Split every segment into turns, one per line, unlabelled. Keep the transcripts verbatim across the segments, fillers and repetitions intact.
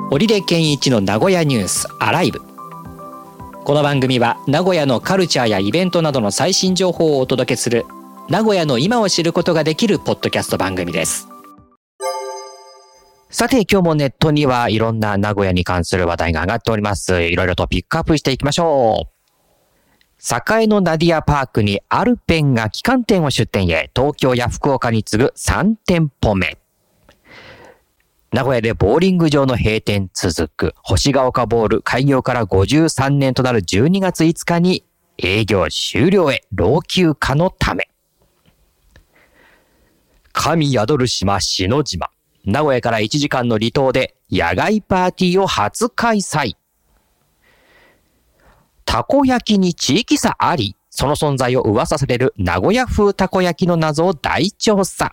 織出健一の名古屋ニュースアライブ。この番組は名古屋のカルチャーやイベントなどの最新情報をお届けする名古屋の今を知ることができるポッドキャスト番組です。さて今日もネットにはいろんな名古屋に関する話題が上がっております。いろいろとピックアップしていきましょう。栄のナディアパークにアルペンが旗艦店を出店へ、東京や福岡に次ぐさん店舗目。名古屋でボーリング場の閉店続く。星ヶ丘ボール開業からごじゅうさんねんとなるじゅうにがついつかに営業終了へ、老朽化のため。神宿る島篠島。名古屋からいちじかんの離島で野外パーティーを初開催。たこ焼きに地域差あり、その存在を噂される名古屋風たこ焼きの謎を大調査。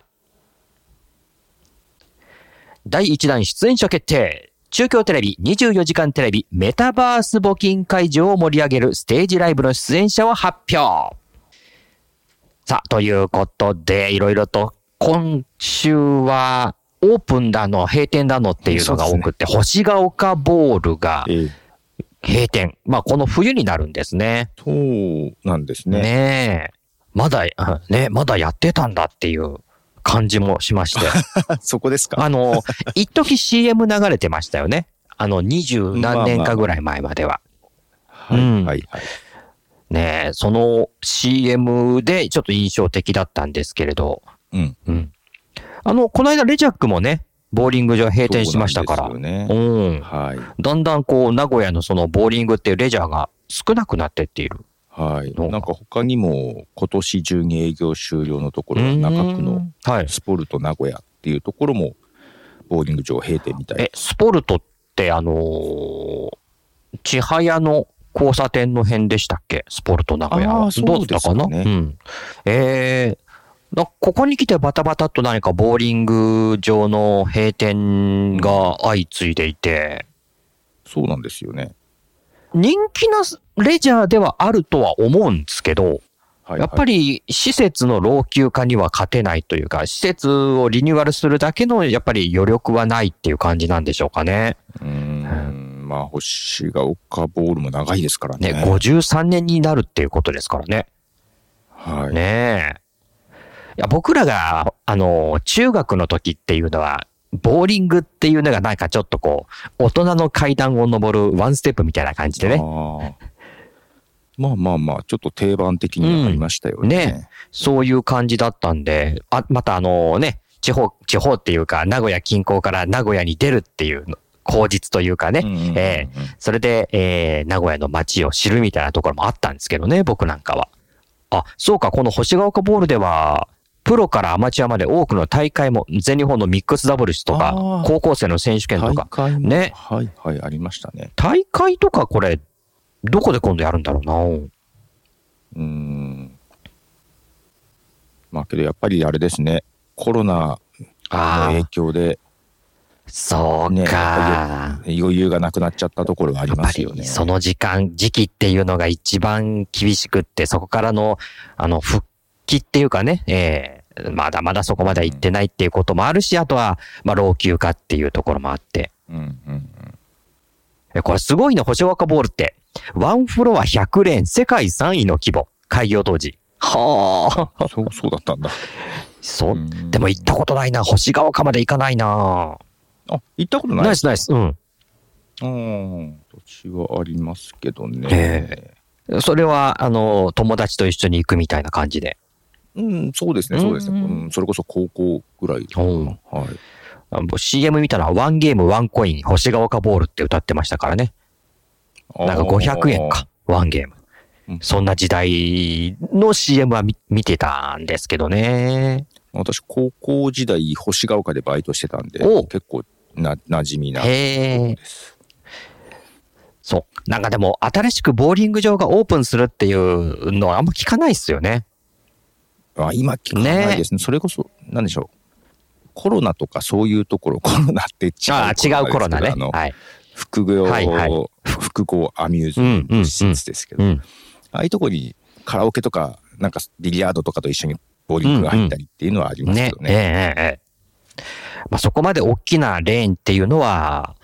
だいいちだん出演者決定。中京テレビ、にじゅうよじかんテレビ、メタバース募金会場を盛り上げるステージライブの出演者を発表。さあ、ということで、いろいろと今週はオープンだの、閉店だのっていうのが多くて、ね、星ヶ丘ボールが閉店。まあ、この冬になるんですね。
そうなんですね。
ねえ。まだ、ね、まだやってたんだっていう感じもしまして。
そこですか。
あの、一時 シーエム 流れてましたよね。あの、二十何年かぐらい前までは。
まあまあ、うん、はい、はい、はい。
ねえ、その シーエム でちょっと印象的だったんですけれど。
うん。
うん。あの、この間レジャックもね、ボーリング場閉店しましたから。
そうなんですよね。
うん。
はい。
だんだんこう、名古屋のそのボーリングっていうレジャーが少なくなってっている。
はい。なんか他にも今年中に営業終了のところは中区のスポルト名古屋っていうところもボーリング場閉店みたいです。
え、スポルトってあのー、千早の交差点の辺でしたっけ？スポルト名古屋は。
ああ、そうですかね。
どうだったかな？うん。えー、ここに来てバタバタと何かボーリング場の閉店が相次いでいて。
そうなんですよね。
人気なレジャーではあるとは思うんですけど、はいはい、やっぱり施設の老朽化には勝てないというか、施設をリニューアルするだけのやっぱり余力はないっていう感じなんでしょうかね。
うーん、うん、まあ星ヶ丘ボールも長いですからね。
ね、ごじゅうさんねんになるっていうことですからね。
はい。
ねえ。いや、僕らが、あの、中学の時っていうのは、ボーリングっていうのがなんかちょっとこう、大人の階段を登るワンステップみたいな感じでね。
あまあまあまあ、ちょっと定番的にはありましたよね。
うん、ね。そういう感じだったんで、あ、またあのね、地方、地方っていうか、名古屋近郊から名古屋に出るっていう口実というかね。うんうんうんうん、えー、それで、えー、名古屋の街を知るみたいなところもあったんですけどね、僕なんかは。あ、そうか、この星ヶ丘ボールでは、プロからアマチュアまで多くの大会も、全日本のミックスダブルスとか、高校生の選手権とか、
大会も
ね。
はいはい、ありましたね。
大会とかこれ、どこで今度やるんだろうな。う
ーん。まあけどやっぱりあれですね、コロナの影響で、
そうか、
ね、余裕がなくなっちゃったところがありますよね。
その時間、時期っていうのが一番厳しくって、そこからの、あの、復帰っていうかね、えー、まだまだそこまで行ってないっていうこともあるし、あとは、まあ、老朽化っていうところもあって。
うんうんうん、
これすごいね、星ヶ丘ボールって。ワンフロアひゃくレーン、世界さんいの規模。開業当時。は
あ。そう、そうだったんだ。
そう。でも行ったことないな。星ヶ丘まで行かないな。
あ、行ったことない
ナイスナイス。うん。
うん。土地はありますけどね。
えー、それは、あの、友達と一緒に行くみたいな感じで。
うん、そうですね、そうですね。うん、それこそ高校ぐらいかな。うん、はい。
シーエム 見たら、ワンゲームワンコイン、星ヶ丘ボールって歌ってましたからね。なんかごひゃくえんか、ワンゲーム。うん、そんな時代の シーエム は 見, 見てたんですけどね。
私、高校時代、星ヶ丘でバイトしてたんで、結構な馴染みなところです。
そう。なんかでも、新しくボーリング場がオープンするっていうのはあんま聞かないっすよね。
あ、今聞かないですね。ね、それこそ、なんでしょう。コロナとかそういうところ、コロナって違うコロナですけど。あ、違うコロナね。あの、はい、複合、はいはい、複合アミューズメント施設ですけど、うんうんうん、ああいうところにカラオケとか、なんかビリヤードとかと一緒にボーリングが入ったりっていうのはありますけどね。
うんうん、ねえええ。まあ、そこまで大きなレーンっていうのは、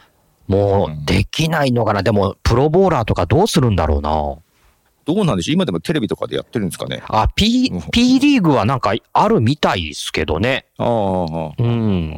もうできないのかな、うん、でもプロボーラーとかどうするんだろうな。
どうなんでしょう、今でもテレビとかでやってるんですかね。
あ、P、P リーグはなんかあるみたいですけどね。
ああ、うん。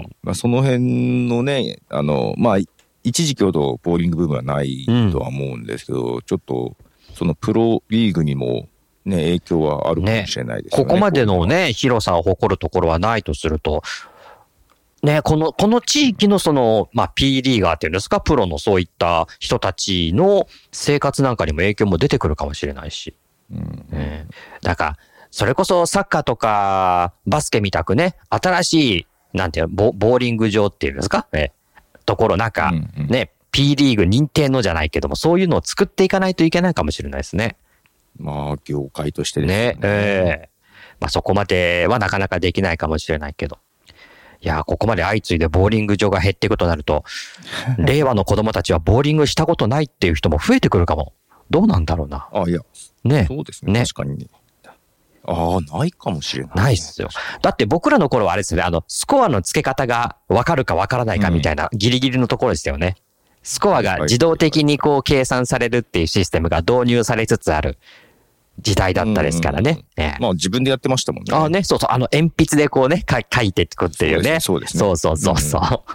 まあ、その辺のね、あの、まあ、一時期ほどボーリングブームはないとは思うんですけど、うん、ちょっと、そのプロリーグにもね、影響はあるかもしれないですね。
ね、ここまでのね、広さを誇るところはないとすると、ね、この、この地域のその、まあ、P リーガーっていうんですか、プロのそういった人たちの生活なんかにも影響も出てくるかもしれないし。うんね、だから、それこそサッカーとかバスケみたくね、新しい、なんていうの、ボ、ボーリング場っていうんですか、ね、ところなんか、ね、うんうん、P リーグ認定のじゃないけども、そういうのを作っていかないといけないかもしれないですね。
まあ、業界としてですね。
ね、ええー、まあそこまではなかなかできないかもしれないけど。いや、ここまで相次いでボーリング場が減っていくとなると、令和の子供たちはボーリングしたことないっていう人も増えてくるかも。どうなんだろうな。
あ、いや。
ね。
そうですね。ね、確かにね。ああ、ないかもしれない、ね。
ないっすよ。だって僕らの頃はあれですね、あの、スコアの付け方が分かるか分からないかみたいな、ギリギリのところですよね。スコアが自動的にこう計算されるっていうシステムが導入されつつある時代だったですからね。うんうん、
まあ自分でやってましたもんね。
ああね、そうそう、あの鉛筆でこうね、書いていくっていうね。
そうですね。
そうそうそうそう。うん、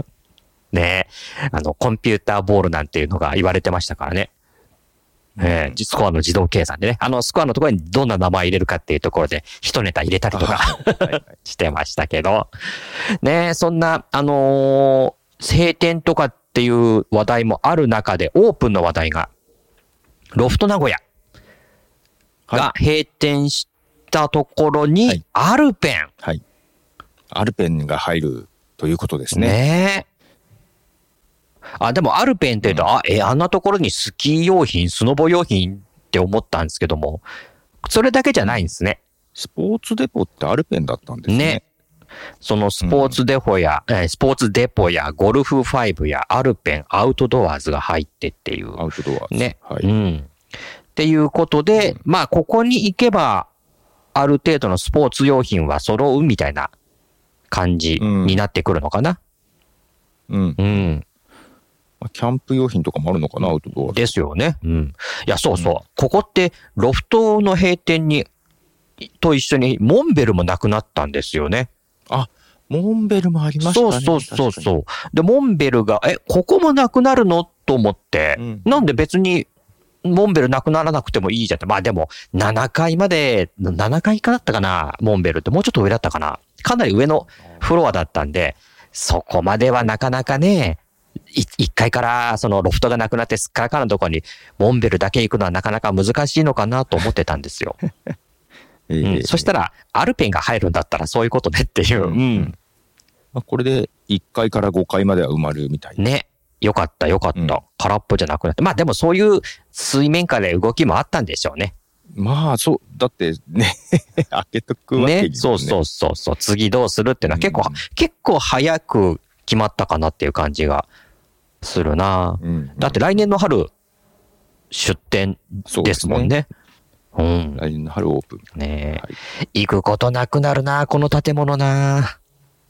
ねあの、コンピューターボールなんていうのが言われてましたからね。えー、スコアの自動計算でね。あの、スコアのところにどんな名前入れるかっていうところで、一ネタ入れたりとかしてましたけど。ねそんな、あのー、晴天とかっていう話題もある中で、オープンの話題が、ロフト名古屋が閉店したところに、アルペン、はい。
はい。アルペンが入るということですね。
ねえ。あ、でもアルペンって言うと、うん、あ、え、あんなところにスキー用品、スノボ用品って思ったんですけども、それだけじゃないんですね。
スポーツデポってアルペンだったんですね。ね。
そのスポーツデポや、うん、スポーツデポやゴルフファイブやアルペン、アウトドアーズが入ってっていう。
アウトドアーズ。
ね。
はい。
うん。っていうことで、うん、まあ、ここに行けば、ある程度のスポーツ用品は揃うみたいな感じになってくるのかな。
うん。うん。キャンプ用品とかもあるのかな、アウトドア。
ですよね。うん。いや、そうそう。うん、ここって、ロフトの閉店に、と一緒に、モンベルもなくなったんですよね。
あ、モンベルもありましたね。
そうそうそうそう。で、モンベルが、え、ここもなくなるのと思って、うん、なんで別に、モンベルなくならなくてもいいじゃんって。まあでも、ななかいまで、ななかい以下だったかな、モンベルって。もうちょっと上だったかな。かなり上のフロアだったんで、そこまではなかなかね、いっかいからそのロフトがなくなってすっからかのところにモンベルだけ行くのはなかなか難しいのかなと思ってたんですよ。えーうん、そしたらアルペンが入るんだったらそういうことねっていう。うんうん
まあ、これでいっかいからごかいまでは埋まるみたいな。
ね。よかったよかった。うん、空っぽじゃなくなって。まあでもそういう水面下で動きもあったんでしょうね。
まあそう。だってね、開けとくわけにね。
ね。そうそうそうそう。次どうするっていうのは結構、うん、結構早く決まったかなっていう感じが。するな、うんうん、だって来年の春出店ですもんね。
うねうん、来年の春オープン。
ねえ、はい、行くことなくなるなこの建物な。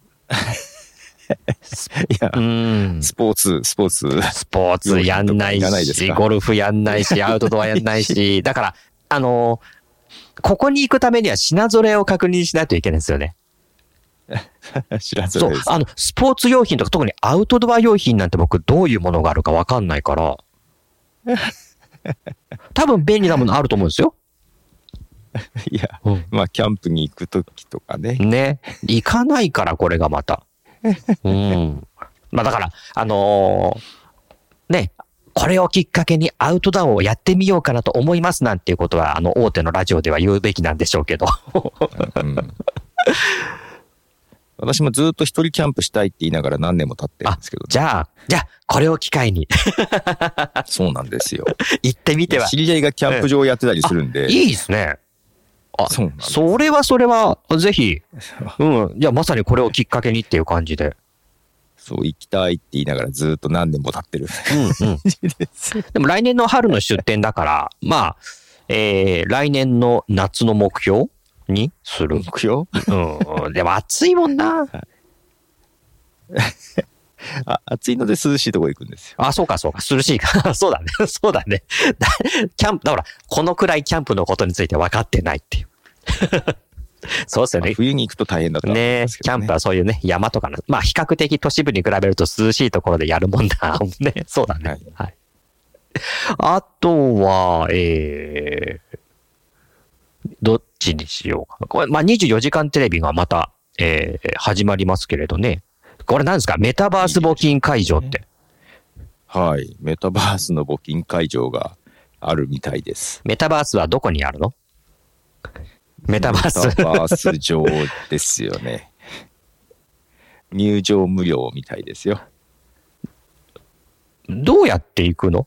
いや、うん、スポーツスポーツ
スポーツやんないし、ゴルフやんないし、アウトドアやんないし、だからあのー、ここに行くためには品揃えを確認しないといけないんですよね。そう、あの、スポーツ用品とか特にアウトドア用品なんて僕どういうものがあるかわかんないから、多分便利なものあると思うんですよ。
いや、うん、まあキャンプに行くときとかね。
ね。行かないからこれがまた。うん。まあだから、あのー、ね、これをきっかけにアウトドアをやってみようかなと思いますなんていうことは、あの、大手のラジオでは言うべきなんでしょうけど。うん
私もずっと一人キャンプしたいって言いながら何年も経ってるんですけど、ね、
じゃあ、じゃあ、これを機会に。
そうなんですよ。
行ってみては。
知り合いがキャンプ場をやってたりするんで。
いいですね。あ、そうなんです。それはそれは、ぜひ。うん。いや、まさにこれをきっかけにっていう感じで。
そう、行きたいって言いながらずっと何年も経ってる。うんうん。
でも来年の春の出店だから、まあ、えー、来年の夏の目標にする。
目標？
うん。でも暑いもんな。
あ、暑いので涼しいとこ行くんですよ。
あ、そうかそうか。涼しいか。そうだね。そうだね。キャンプ、だから、このくらいキャンプのことについて分かってないっていう。そうですよね。
冬に行くと大変だと思うんですけどね。
ね。キャンプはそういうね、山とかの、まあ比較的都市部に比べると涼しいところでやるもんだもんね。そうだね。はい。はい、あとは、えー、どっちにしようかな。これ、まあにじゅうよじかんテレビがまた、えー、始まりますけれどね。これ何ですか？メタバース募金会場って。いいね、
はい。メタバースの募金会場があるみたいです。
メタバースはどこにあるの？メタバース。
メタバース上ですよね。入場無料みたいですよ。
どうやって行くの？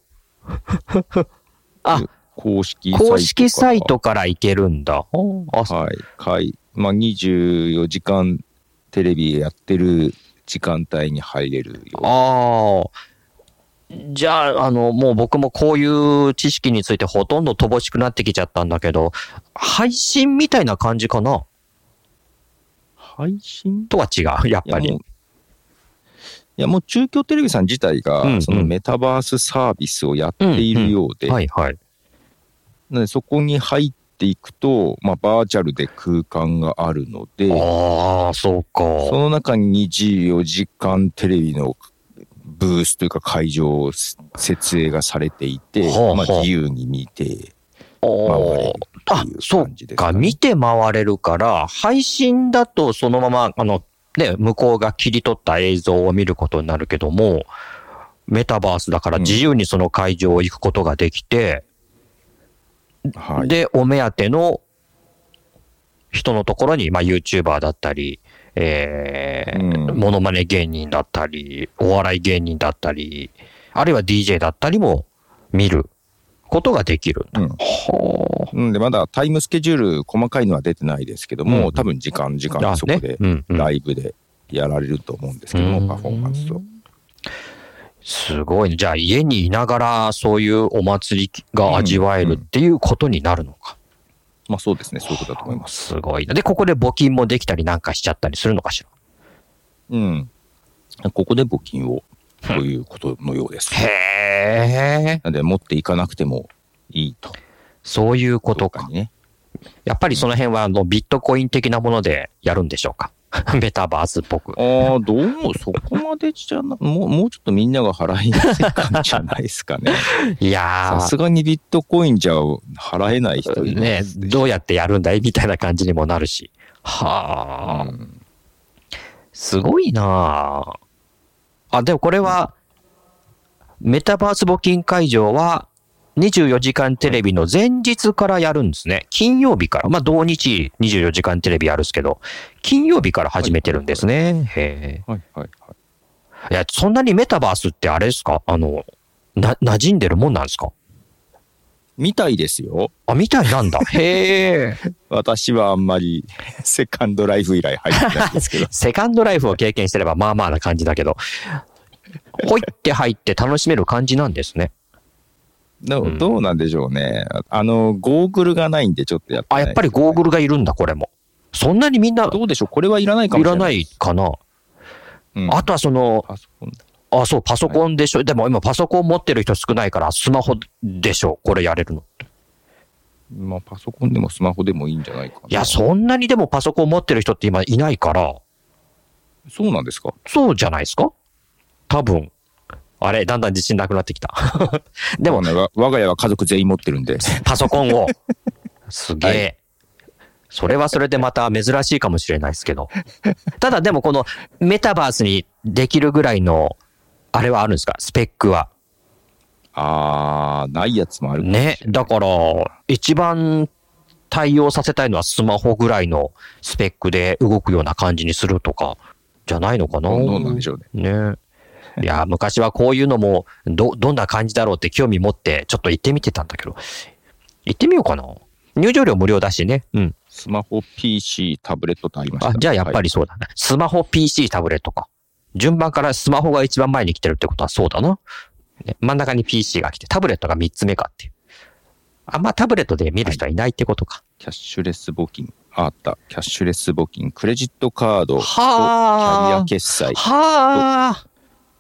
あ、
公式サイト。
公式サイトから行けるんだ。
はい。はい。まあ、にじゅうよじかんテレビやってる時間帯に入れるよ。
ああ。じゃあ、あの、もう僕もこういう知識についてほとんど乏しくなってきちゃったんだけど、配信みたいな感じかな？
配信
とは違う、やっぱり。
いや、もう、いやもう中京テレビさん自体が、うんうん、そのメタバースサービスをやっているようで、
うんうん、はいはい。
なのでそこに入っていくと、まあ、バーチャルで空間があるので、
ああ、そうか。
その中ににじゅうよじかんテレビのブースというか会場設営がされていて、はあはあ、まあ、自由に見て回れるという感じですかね。
あ、そうか、見て回れるから、配信だとそのまま、あの、ね、向こうが切り取った映像を見ることになるけども、メタバースだから自由にその会場を行くことができて、うんはい、で、お目当ての人のところに、まあ、YouTuber だったり、えー、うん、モノマネ芸人だったり、お笑い芸人だったり、あるいは ディージェー だったりも見ることができる。
うん。はあ。んで、まだタイムスケジュール細かいのは出てないですけども、うん、多分時間、時間そこでライブでやられると思うんですけども、うん、パフォーマンスを。
すごいね。じゃあ家にいながらそういうお祭りが味わえるっていうことになるのか。
まあそうですね。そういうことだと思います。
すごいな。で、ここで募金もできたりなんかしちゃったりするのかしら。
うん。ここで募金をということのようです。
へー。
なので持っていかなくてもいいと。
そういうことか。ね、やっぱりその辺はあのビットコイン的なものでやるんでしょうか。メタバースっぽく。
ああ、どうもそこまでじゃな、もう、もうちょっとみんなが払いやすい感じじゃないですかね。
いやー。
さすがにビットコインじゃ払えない人いる
ね。どうやってやるんだいみたいな感じにもなるし。はあ、うん。すごいなあ。あ、でもこれは、メタバース募金会場は、にじゅうよじかんテレビの前日からやるんですね。金曜日から。まあ、同日にじゅうよじかんテレビやるんですけど、金曜日から始めてるんですね。はいはいはい、へ
はいはいはい。
いや、そんなにメタバースってあれですか？あの、な、馴染んでるもんなんですか？
みたいですよ。
あ、みたいなんだ。へえ。
私はあんまりセカンドライフ以来入ってないんですけど。
セカンドライフを経験してればまあまあな感じだけど、ほいって入って楽しめる感じなんですね。
どう、どうなんでしょうね。あの、ゴーグルがないんでちょっとやってない、
ね。あ、やっぱりゴーグルがいるんだ、これも。そんなにみんな。
どうでしょう、これはいらないかもしれない。
いらないかな。うん、あとはその、パソコン。あ、そう、パソコンでしょ。はい、でも今パソコン持ってる人少ないから、スマホでしょ。これやれるの。
まあ、パソコンでもスマホでもいいんじゃないかな。
いや、そんなにでもパソコン持ってる人って今いないから。
そうなんですか？
そうじゃないですか？多分。あれ、だんだん自信なくなってきた。でも、
ね、我が家は家族全員持ってるんで。
パソコンを。すげえ、はい。それはそれでまた珍しいかもしれないですけど。ただでもこのメタバースにできるぐらいの、あれはあるんですか？スペックは。
あー、ないやつもある
ね。だから、一番対応させたいのはスマホぐらいのスペックで動くような感じにするとか、じゃないのかな？
どうなんでしょうね。
ね。いや、昔はこういうのも、ど、どんな感じだろうって興味持って、ちょっと行ってみてたんだけど、行ってみようかな。入場料無料だしね。うん。
スマホ、ピーシー、タブレットとありました、ね。
あ、じゃあやっぱりそうだね。はい、スマホ、ピーシー、タブレットか。順番からスマホが一番前に来てるってことはそうだな。ね、真ん中に ピーシー が来て、タブレットが三つ目かっていう。あんまタブレットで見る人はいないってことか。はい、
キャッシュレス募金。あった。キャッシュレス募金。クレジットカードとキ
ャ
リア決済。
はあ。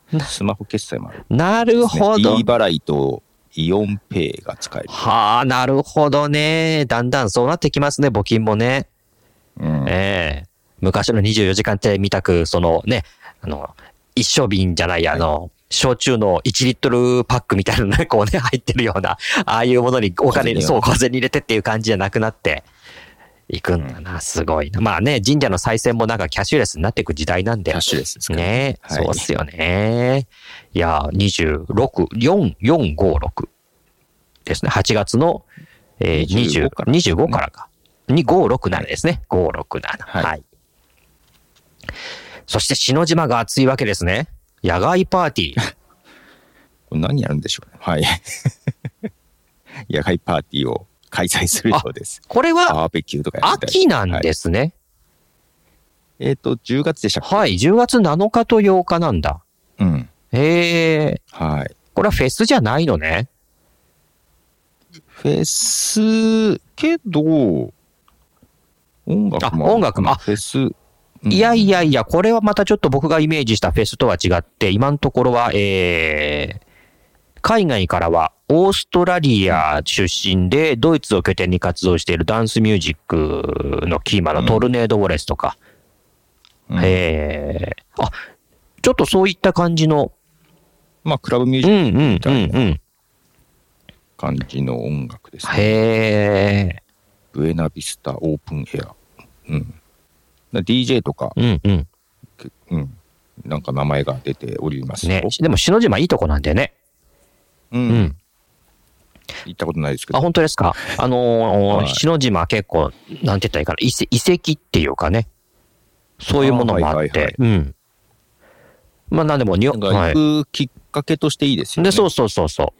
スマホ決済もある、ね。
なるほど。
e 払いとイオンペイが使える。
はあ、なるほどね。だんだんそうなってきますね、募金もね。うん、ええー、昔のにじゅうよじかんテレビみたく、そのね、あの、一升瓶じゃない、あの、はい、焼酎のいちリットルパックみたいなのね、こうね、入ってるような、ああいうものにお金に、そう、小銭入れてっていう感じじゃなくなっていくんだな、すごいな。まあね、神社の賽銭もなんかキャッシュレスになっていく時代なんで。
キャッシュレスですか
ね。ね、はい、そうっすよね。いや、にじゅうろく、よん、よん、ご、ろくですね。はちがつの、えー、にじゅう、にじゅうごからか。に、ご、ろく、ななですね。ご、ろく、なな。はい。はい、そして、篠島が暑いわけですね。野外パーティー。
何やるんでしょうね。はい。野外パーティーを開催するようです。
これは、
バーベキューとかやりたい。
秋なんですね。はい、
えっ、ー、と、じゅうがつでしたっけ？
はい、じゅうがつなのかとようかなんだ。
うん。
へえ。
はい。
これはフェスじゃないのね。
フェス、けど、音楽もある。
音楽も、あ、
フェス。うん、
いやいやいや、これはまたちょっと僕がイメージしたフェスとは違って、今のところは、えー、海外からはオーストラリア出身でドイツを拠点に活動しているダンスミュージックのキーマンのトルネード・ウォレスとか、うん、えー、あ、ちょっとそういった感じの、
まあクラブミュージックみたいな感じの音楽ですね。
へー。
ブエナビスタオープンエア。うん。ディージェー とか、
うんうん。
うん。なんか名前が出ております
ね。でも篠島いいとこなんでね。
うん。うん、行ったことないですけど。
あ、本当ですか。あのーはい、篠島結構、なんて言ったらいいかな、遺跡、遺跡っていうかね。そういうものもあって。はいはいはい、うん。まあなんでもに、
なんか行くきっかけとしていいですよね。
で、そうそうそうそう。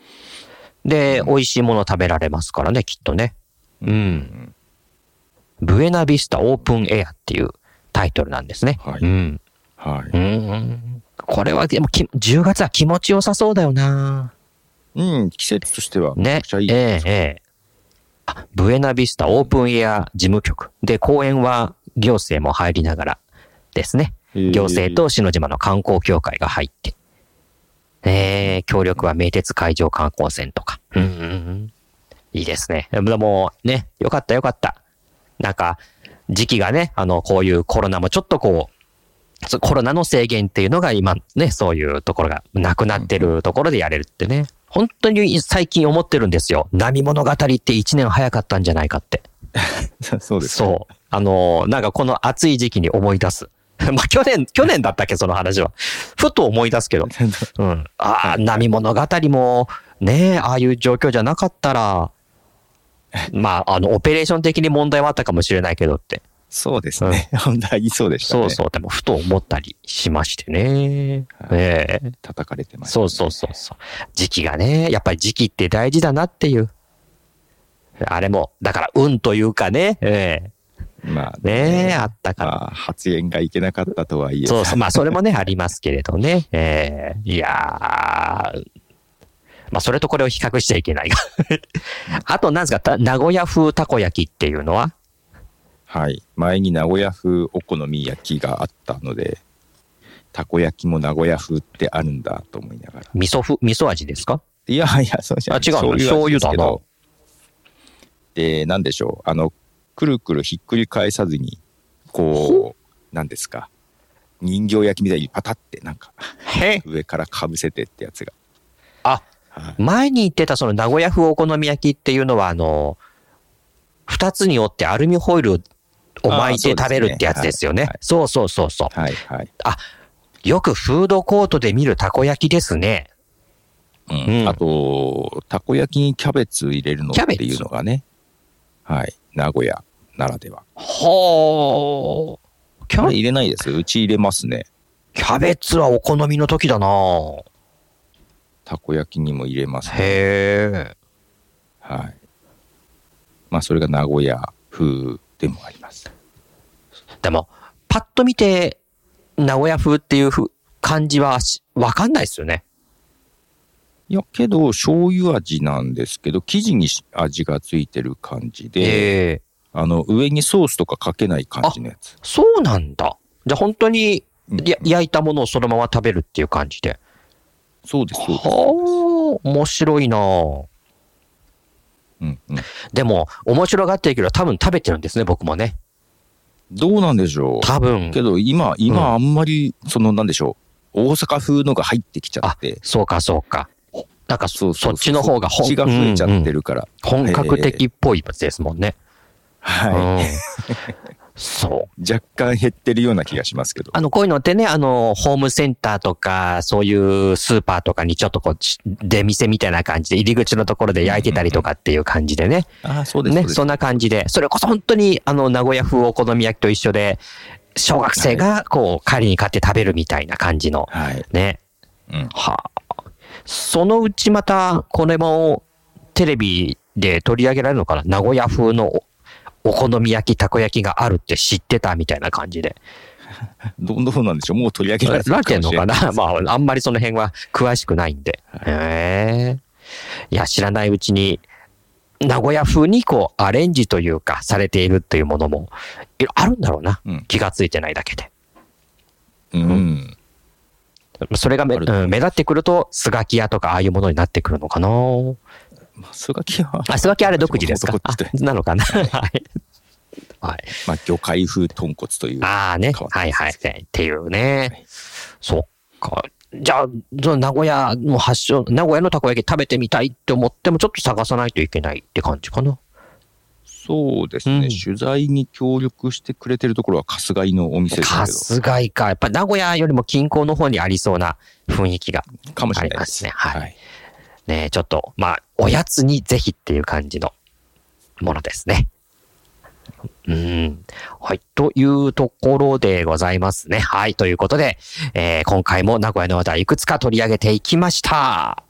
で、うん、美味しいもの食べられますからね、きっとね。うん。うん、ブエナビスタオープンエアっていうタイトルなんですね。
はい。
うん。
はい。
うん。これはでもじゅうがつは気持ちよさそうだよな。
うん、季節としてはめちゃくちゃいいです
ね。ええええ。あ、ブエナビスタオープンエア事務局で公演は行政も入りながらですね。行政と篠島の観光協会が入って、えー、協力は名鉄海上観光船とか。うんうんうん、いいですね。でもね、よかったよかった。なんか、時期がね、あの、こういうコロナもちょっとこう、コロナの制限っていうのが今ね、そういうところがなくなってるところでやれるってね。本当に最近思ってるんですよ。波物語って一年早かったんじゃないかって。
そうです、
ね。そう。あの、なんかこの暑い時期に思い出す。まあ、去年、去年だったっけ、その話は。ふと思い出すけど。うん。ああ、波物語も、ねえ、ああいう状況じゃなかったら、まあ、あの、オペレーション的に問題はあったかもしれないけどって。
そうですね。うん、本当にそうでしたね。
そうそう。でも、ふと思ったりしましてね。ええ。
叩かれてました、
ね。そうそうそうそう。時期がね、やっぱり時期って大事だなっていう。あれも、だから、運というかね。ええ。
まあ
ねえ、あったから。
まあ、発言がいけなかったとはいえ。
そうそう。まあ、それもね、ありますけれどね。ええ。いやー。まあ、それとこれを比較しちゃいけないが。あと、なんですか、名古屋風たこ焼きっていうのは？
はい。前に名古屋風お好み焼きがあったので、たこ焼きも名古屋風ってあるんだと思いながら。
味噌風、味噌味ですか？
いやいや、そうじゃない。
あ、違うの？醤油だな。
で、なんでしょう。あの、くるくるひっくり返さずに、こう、なんですか。人形焼きみたいにパタってなんか、上からかぶせてってやつが。
あ、はい、前に言ってたその名古屋風お好み焼きっていうのは、あの、二つに折ってアルミホイルを巻いて食べるってやつですよね。そうそうそうそう。
はいはい。
あ、よくフードコートで見るたこ焼きですね。
うん。うん、あと、たこ焼きにキャベツ入れるのっていうのがね。はい。名古屋ならでは。
はあ。
キャベツ入れないです。うち入れますね。
キャベツはお好みの時だな。
たこ焼きにも入れますね。
へえ。
はい。まあ、それが名古屋風でもあります。
でも、パッと見て、名古屋風っていう感じはわかんないですよね。
いや、けど、醤油味なんですけど、生地に味がついてる感じで、えー、あの、上にソースとかかけない感じのやつ。
そうなんだ。じゃあ本当に、うん、焼いたものをそのまま食べるっていう感じで。
そうです、そうです。
はあ、面白いなぁ。
うんうん。
でも、面白がってるけど、多分食べてるんですね、僕もね。
どうなんでしょう。
多分。
けど今、今あんまり、そのなんでしょう。大阪風のが入ってきちゃって。
そうか、そうか。なんかそ、そっちの方が
本が増えちゃってるから、
うんうん。本格的っぽいですもんね。
はい。うんそう。若干減ってるような気がしますけど。
あの、こういうのってね、あの、ホームセンターとか、そういうスーパーとかにちょっとこう、出店みたいな感じで、入り口のところで焼いてたりとかっていう感じでね。
うんうんうん、ああ、そうですね。
そんな感じで、それこそ本当に、あの、名古屋風お好み焼きと一緒で、小学生がこう、帰りに買って食べるみたいな感じの。はい。ね。うん。はあ。そのうちまた、これも、テレビで取り上げられるのかな？名古屋風のお好み焼き、たこ焼きがあるって知ってたみたいな感じで。
どうなんでしょう、もう取り上げられてる
てんのかなまあ、あんまりその辺は詳しくないんで。はい、へえ。いや、知らないうちに、名古屋風にこう、アレンジというか、されているっていうものも、あるんだろうな。うん、気がついてないだけで。
うん。うん、
それがめ、うん、目立ってくると、スガキ屋とかああいうものになってくるのかな。
スガキは。
あ、スガキあれ独自ですか？あ、なのかな。はい。
はい。まあ、魚介風豚骨という。
ああね。はいはい。っていうね。はい、そっか。じゃあ、その名古屋の発祥、名古屋のたこ焼き食べてみたいって思っても、ちょっと探さないといけないって感じかな。
そうですね。うん、取材に協力してくれてるところは春日井のお店ですけど。
春日井か。やっぱ名古屋よりも近郊の方にありそうな雰囲気がありますね。
かもしれないですね。
はい。はいね、ちょっと、まあ、おやつにぜひっていう感じのものですね。うん。はい。というところでございますね。はい。ということで、えー、今回も名古屋の話題いくつか取り上げていきました。